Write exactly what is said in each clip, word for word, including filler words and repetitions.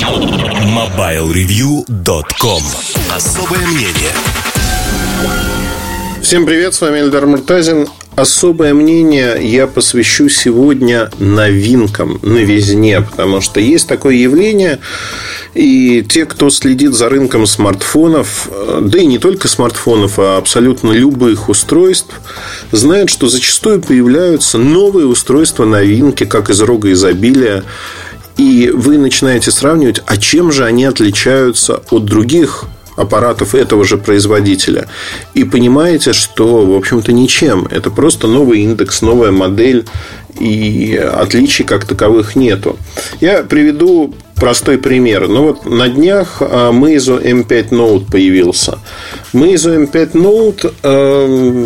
мобайл ревью точка ком. Особое мнение. Всем привет, с вами Эльдар Муртазин. Особое мнение я посвящу сегодня новинкам, новизне, потому что есть такое явление, и те, кто следит за рынком смартфонов, да и не только смартфонов, а абсолютно любых устройств, знают, что зачастую появляются новые устройства, новинки, как из рога изобилия, и вы начинаете сравнивать, а чем же они отличаются от других аппаратов этого же производителя. И понимаете, что, в общем-то, ничем. Это просто новый индекс, новая модель, и отличий как таковых нету. Я приведу простой пример. Ну вот на днях Meizu эм пять Note появился. Meizu эм пять Note, э,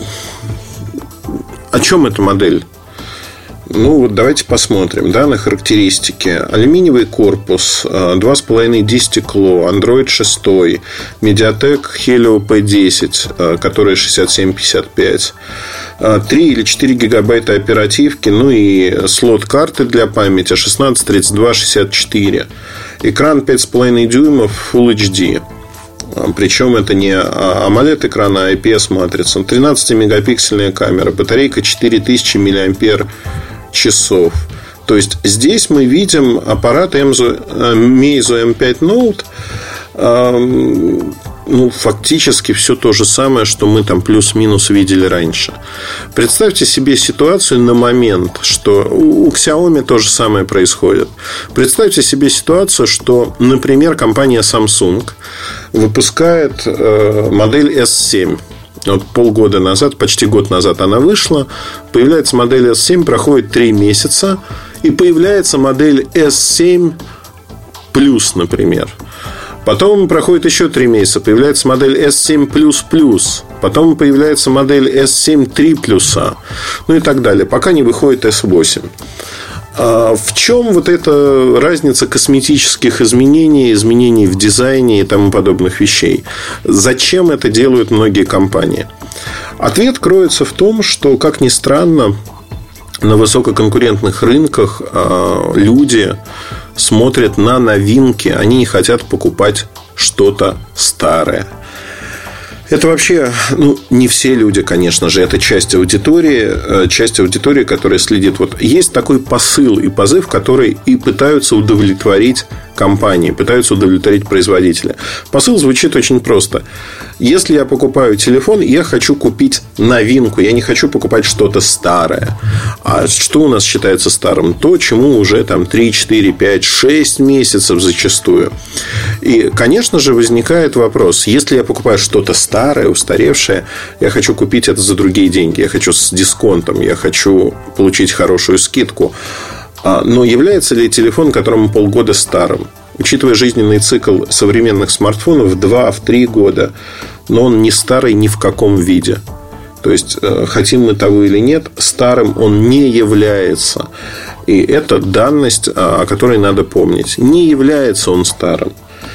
о чем эта модель? Ну, вот давайте посмотрим, да, на характеристики. Алюминиевый корпус, два с половиной дэ стекло, Android шесть, Mediatek Helio пи десять, которая шестьдесят семь пятьдесят пять, три или четыре гигабайта оперативки, ну и слот карты для памяти шестнадцать тридцать два шестьдесят четыре. Экран пять с половиной дюймов Full эйч ди. Причем это не AMOLED экран, а ай пи эс-матрица. тринадцатимегапиксельная камера. Батарейка четыре тысячи миллиампер часов. То есть здесь мы видим аппарат Meizu эм пять Note. Ну, фактически все то же самое, что мы там плюс-минус видели раньше. Представьте себе ситуацию на момент, что у Xiaomi то же самое происходит. Представьте себе ситуацию, что, например, компания Samsung выпускает модель эс семь. Вот полгода назад, почти год назад она вышла. Появляется модель эс семь, проходит три месяца, и появляется модель эс семь плюс, например. Потом проходит еще три месяца, появляется модель эс семь плюс плюс. Потом появляется модель эс семь три плюса. Ну и так далее, пока не выходит эс восемь. В чем вот эта разница косметических изменений, изменений в дизайне и тому подобных вещей? Зачем это делают многие компании? Ответ кроется в том, что, как ни странно, на высококонкурентных рынках люди смотрят на новинки, они не хотят покупать что-то старое. Это вообще, ну, не все люди, конечно же, это часть аудитории, часть аудитории, которая следит. Вот есть такой посыл и позыв, который и пытаются удовлетворить компании, пытаются удовлетворить производителя. Посыл звучит очень просто. Если я покупаю телефон, я хочу купить новинку, я не хочу покупать что-то старое. А что у нас считается старым? То, чему уже там три, четыре, пять, шесть месяцев зачастую. И, конечно же, возникает вопрос: если я покупаю что-то старое, устаревшее, я хочу купить это за другие деньги, я хочу с дисконтом, я хочу получить хорошую скидку. Но является ли телефон, которому полгода, старым? Учитывая жизненный цикл современных смартфонов в два-три года, но он не старый ни в каком виде. То есть, хотим мы того или нет, старым он не является. И это данность, о которой надо помнить. Не является он старым.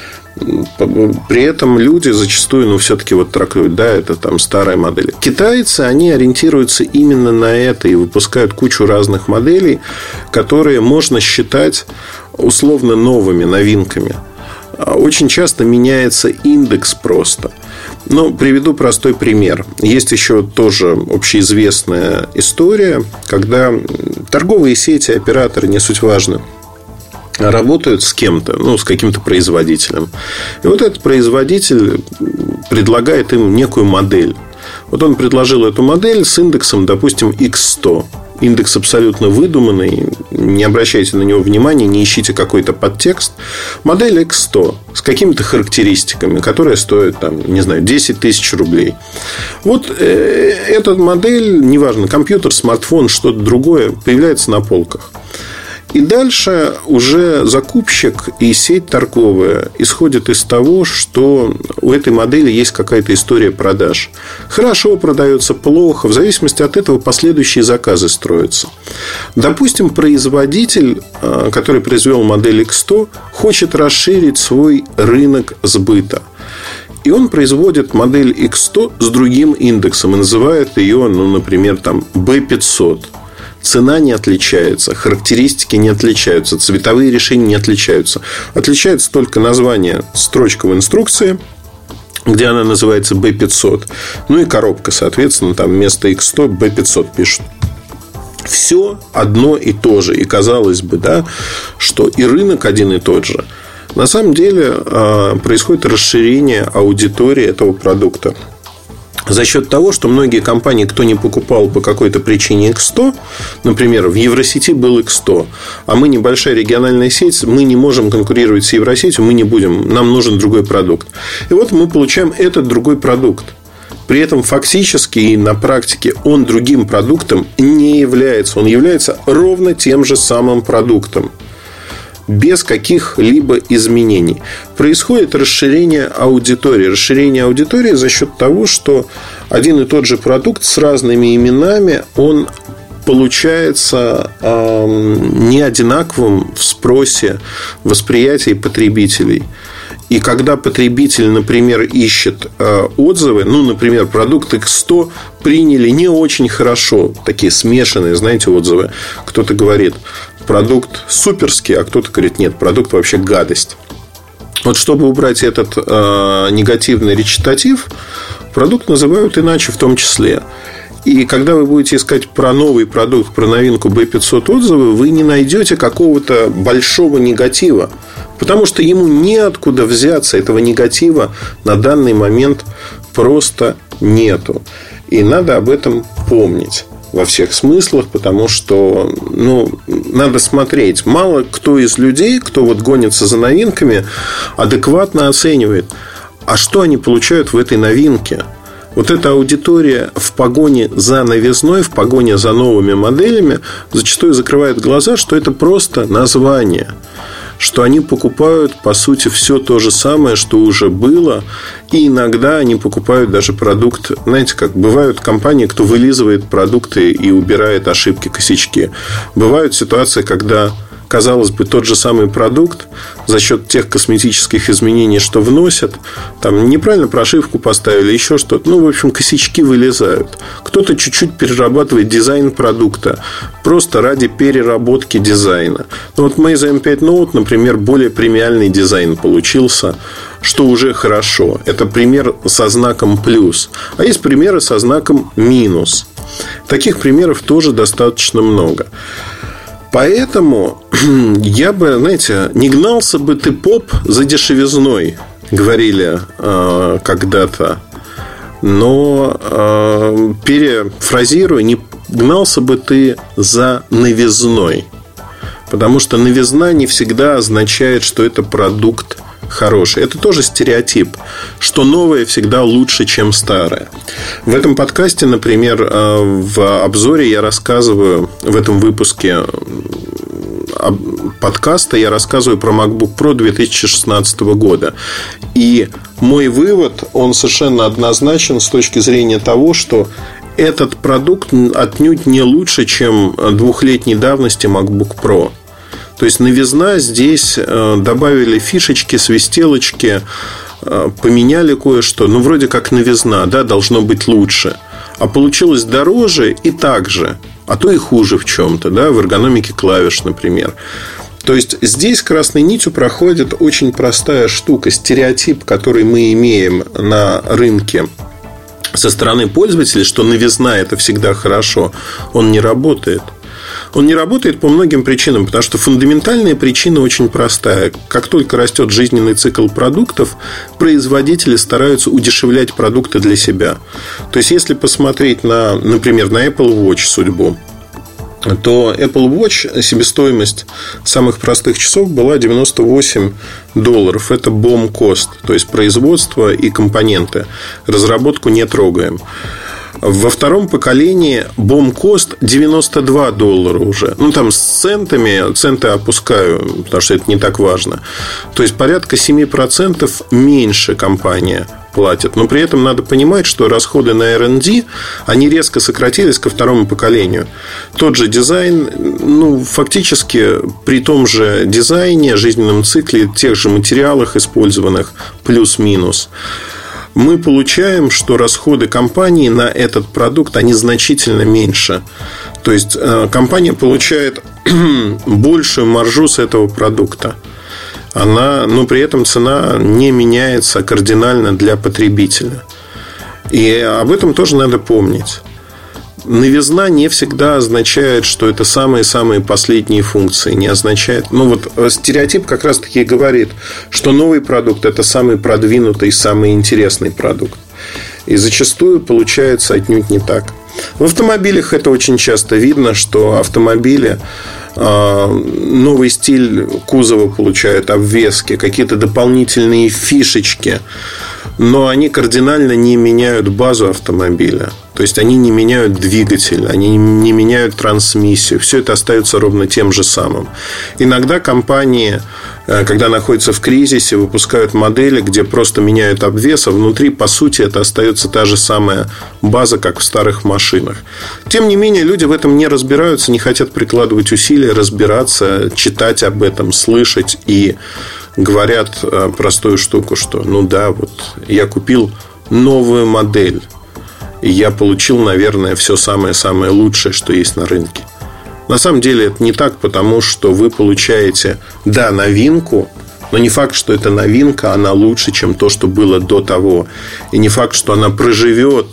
При этом люди зачастую, ну, все-таки вот трактуют, да, это там старая модель. Китайцы, они ориентируются именно на это и выпускают кучу разных моделей, которые можно считать условно новыми, новинками. Очень часто меняется индекс просто. Но приведу простой пример. Есть еще тоже общеизвестная история, когда торговые сети, операторы, не суть важно, работают с кем-то, ну, с каким-то производителем. И вот этот производитель предлагает им некую модель. Вот он предложил эту модель с индексом, допустим, икс сто. Индекс абсолютно выдуманный. Не обращайте на него внимания, не ищите какой-то подтекст. Модель икс сто с какими-то характеристиками, которая стоит, там, не знаю, десять тысяч рублей. Вот э, эта модель, неважно, компьютер, смартфон, что-то другое, появляется на полках. И дальше уже закупщик и сеть торговая исходят из того, что у этой модели есть какая-то история продаж. Хорошо продается, плохо. В зависимости от этого последующие заказы строятся. Допустим, производитель, который произвел модель икс сто, хочет расширить свой рынок сбыта. И он производит модель икс сто с другим индексом и называет ее, ну, например, там, би пятьсот. цена не отличается, характеристики не отличаются, цветовые решения не отличаются. Отличается только название, строчка в инструкции, где она называется би пятьсот. Ну и коробка, соответственно, там вместо икс сто би пятьсот пишут. Все одно и то же. И казалось бы, да, что и рынок один и тот же. На самом деле происходит расширение аудитории этого продукта. За счет того, что многие компании, кто не покупал по какой-то причине икс сто, например, в Евросети был икс сто, а мы небольшая региональная сеть, мы не можем конкурировать с Евросетью, мы не будем, нам нужен другой продукт. И вот мы получаем этот другой продукт. При этом фактически и на практике он другим продуктом не является. Он является ровно тем же самым продуктом, без каких-либо изменений. Происходит расширение аудитории. Расширение аудитории за счет того, что один и тот же продукт с разными именами, он получается э, не одинаковым в спросе, восприятии потребителей. И когда потребитель, например, ищет э, отзывы, ну, например, продукт икс сто приняли не очень хорошо, такие смешанные, знаете, отзывы. Кто-то говорит, продукт суперский, а кто-то говорит, нет, продукт вообще гадость. Вот чтобы убрать этот э, негативный речитатив, продукт называют иначе в том числе. И когда вы будете искать про новый продукт, про новинку би пятьсот отзывы, вы не найдете какого-то большого негатива. Потому что ему неоткуда взяться. Этого негатива на данный момент просто нету. И надо об этом помнить во всех смыслах, потому что, ну, надо смотреть. Мало кто из людей, кто вот гонится за новинками, адекватно оценивает, а что они получают в этой новинке. Вот эта аудитория в погоне за новизной, в погоне за новыми моделями зачастую закрывает глаза, что это просто название, что они покупают, по сути, все то же самое, что уже было. И иногда они покупают даже продукт. Знаете, как бывают компании, кто вылизывает продукты и убирает ошибки, косячки. Бывают ситуации, когда, казалось бы, тот же самый продукт за счет тех косметических изменений, что вносят, там неправильно прошивку поставили, еще что-то. Ну, в общем, косячки вылезают. Кто-то чуть-чуть перерабатывает дизайн продукта просто ради переработки дизайна. Ну, вот Meizu эм пять Note, например, более премиальный дизайн получился, что уже хорошо. Это пример со знаком плюс. А есть примеры со знаком минус. Таких примеров тоже достаточно много. Поэтому я бы, знаете, не гнался бы ты, поп, за дешевизной, говорили э, когда-то. Но, э, перефразируя, не гнался бы ты за новизной. Потому что новизна не всегда означает, что это продукт хороший. Это тоже стереотип, что новое всегда лучше, чем старое. В этом подкасте, например, в обзоре я рассказываю, в этом выпуске подкаста я рассказываю про MacBook Pro две тысячи шестнадцатого года. И мой вывод, он совершенно однозначен с точки зрения того, что этот продукт отнюдь не лучше, чем двухлетней давности MacBook Pro. То есть новизна здесь, добавили фишечки, свистелочки, поменяли кое-что. Ну, вроде как новизна, да, должно быть лучше. А получилось дороже и так же. А то и хуже в чем-то, да, в эргономике клавиш, например. То есть здесь красной нитью проходит очень простая штука. Стереотип, который мы имеем на рынке со стороны пользователей, что новизна – это всегда хорошо, он не работает. Он не работает по многим причинам, потому что фундаментальная причина очень простая. Как только растет жизненный цикл продуктов, производители стараются удешевлять продукты для себя. То есть, если посмотреть на, например, на Apple Watch судьбу, то Apple Watch, себестоимость самых простых часов была девяносто восемь долларов. Это бом кост, то есть производство и компоненты. Разработку не трогаем. Во втором поколении бом-кост девяносто два доллара уже. Ну, там с центами, центы опускаю, потому что это не так важно. То есть порядка семь процентов меньше компания платит. Но при этом надо понимать, что расходы на эр энд ди, они резко сократились ко второму поколению. Тот же дизайн, ну, фактически при том же дизайне, жизненном цикле, тех же материалах использованных, плюс-минус, мы получаем, что расходы компании на этот продукт, они значительно меньше. То есть компания получает большую маржу с этого продукта. Она, но при этом цена не меняется кардинально для потребителя. И об этом тоже надо помнить. Новизна не всегда означает, что это самые-самые последние функции. Не означает. Ну вот стереотип как раз таки говорит, что новый продукт — это самый продвинутый, самый интересный продукт. И зачастую получается отнюдь не так. В автомобилях это очень часто видно, что автомобили новый стиль кузова получают, обвески, какие-то дополнительные фишечки, но они кардинально не меняют базу автомобиля. То есть они не меняют двигатель, они не меняют трансмиссию. Все это остается ровно тем же самым. Иногда компании, когда находятся в кризисе, выпускают модели, где просто меняют обвес, а внутри, по сути, это остается та же самая база, как в старых машинах. Тем не менее, люди в этом не разбираются, не хотят прикладывать усилия, разбираться, читать об этом, слышать. И говорят простую штуку, что ну да, вот я купил новую модель, и я получил, наверное, все самое-самое лучшее, что есть на рынке. На самом деле это не так, потому что вы получаете, да, новинку, но не факт, что эта новинка, она лучше, чем то, что было до того. И не факт, что она проживет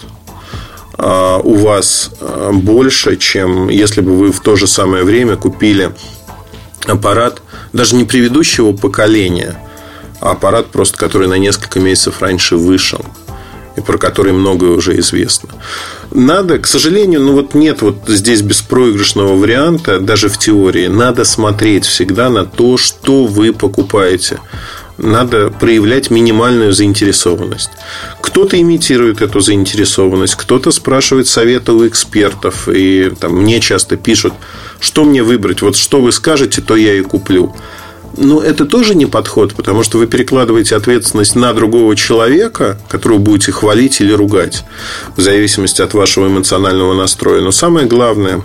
а, у вас а, больше, чем если бы вы в то же самое время купили аппарат, даже не предыдущего поколения, а аппарат просто, который на несколько месяцев раньше вышел, и про который многое уже известно. Надо, к сожалению, ну вот нет вот здесь беспроигрышного варианта, даже в теории. Надо смотреть всегда на то, что вы покупаете. Надо проявлять минимальную заинтересованность. Кто-то имитирует эту заинтересованность, кто-то спрашивает совета у экспертов. И там, мне часто пишут, что мне выбрать. Вот что вы скажете, то я и куплю. Но это тоже не подход, потому что вы перекладываете ответственность на другого человека, которого будете хвалить или ругать, в зависимости от вашего эмоционального настроя. Но самое главное,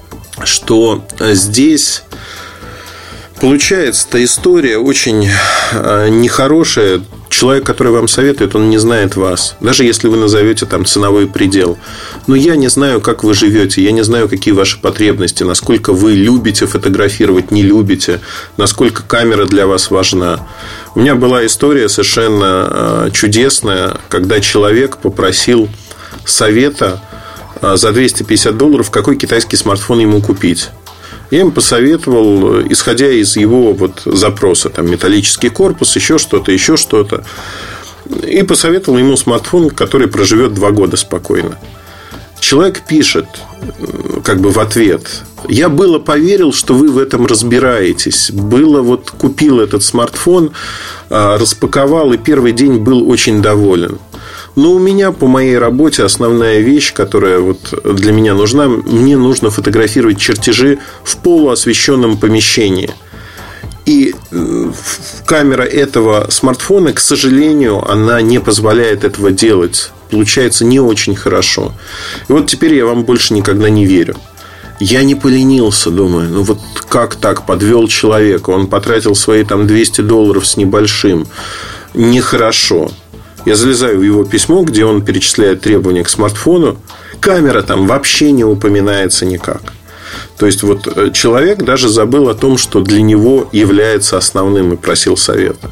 что здесь получается эта история очень нехорошая. Человек, который вам советует, он не знает вас. Даже если вы назовете там ценовой предел. Но я не знаю, как вы живете. Я не знаю, какие ваши потребности. Насколько вы любите фотографировать, не любите. Насколько камера для вас важна. У меня была история совершенно чудесная, когда человек попросил совета за двести пятьдесят долларов, какой китайский смартфон ему купить. Я им посоветовал, исходя из его вот запроса, там металлический корпус, еще что-то, еще что-то. И посоветовал ему смартфон, который проживет два года спокойно. Человек пишет, как бы в ответ: я было поверил, что вы в этом разбираетесь. Было вот купил этот смартфон, распаковал, и первый день был очень доволен. Но у меня по моей работе основная вещь, которая вот для меня нужна, мне нужно фотографировать чертежи в полуосвещенном помещении. И камера этого смартфона, к сожалению, она не позволяет этого делать. Получается не очень хорошо. И вот теперь я вам больше никогда не верю. Я не поленился, думаю, ну вот как так, подвел человека. Он потратил свои там двести долларов с небольшим. Нехорошо. Я залезаю в его письмо, где он перечисляет требования к смартфону. Камера там вообще не упоминается никак. То есть вот человек даже забыл о том, что для него является основным, и просил совета.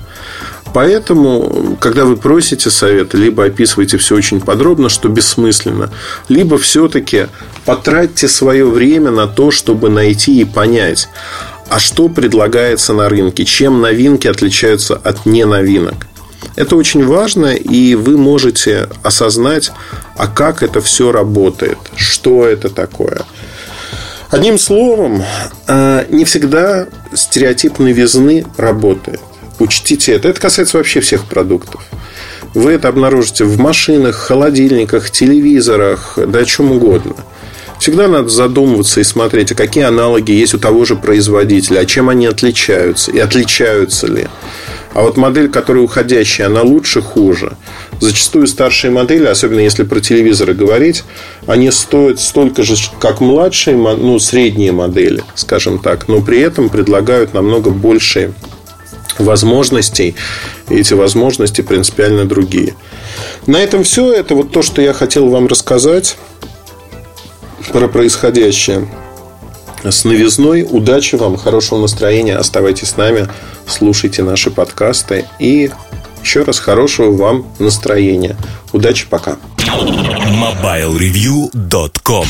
Поэтому, когда вы просите совета, либо описываете все очень подробно, что бессмысленно, либо все-таки потратьте свое время на то, чтобы найти и понять, а что предлагается на рынке, чем новинки отличаются от неновинок. Это очень важно, и вы можете осознать, а как это все работает, что это такое. Одним словом, не всегда стереотип новизны работает. Учтите это. Это касается вообще всех продуктов. Вы это обнаружите в машинах, холодильниках, телевизорах, да о чем угодно. Всегда надо задумываться и смотреть, а какие аналоги есть у того же производителя, а чем они отличаются, и отличаются ли. А вот модель, которая уходящая, она лучше, хуже. Зачастую старшие модели, особенно если про телевизоры говорить, они стоят столько же, как младшие, ну, средние модели, скажем так, но при этом предлагают намного большие возможностей. И эти возможности принципиально другие. На этом все. Это вот то, что я хотел вам рассказать про происходящее с новизной. Удачи вам, хорошего настроения. Оставайтесь с нами, слушайте наши подкасты. И еще раз хорошего вам настроения. Удачи, пока. мобайл ревью точка ком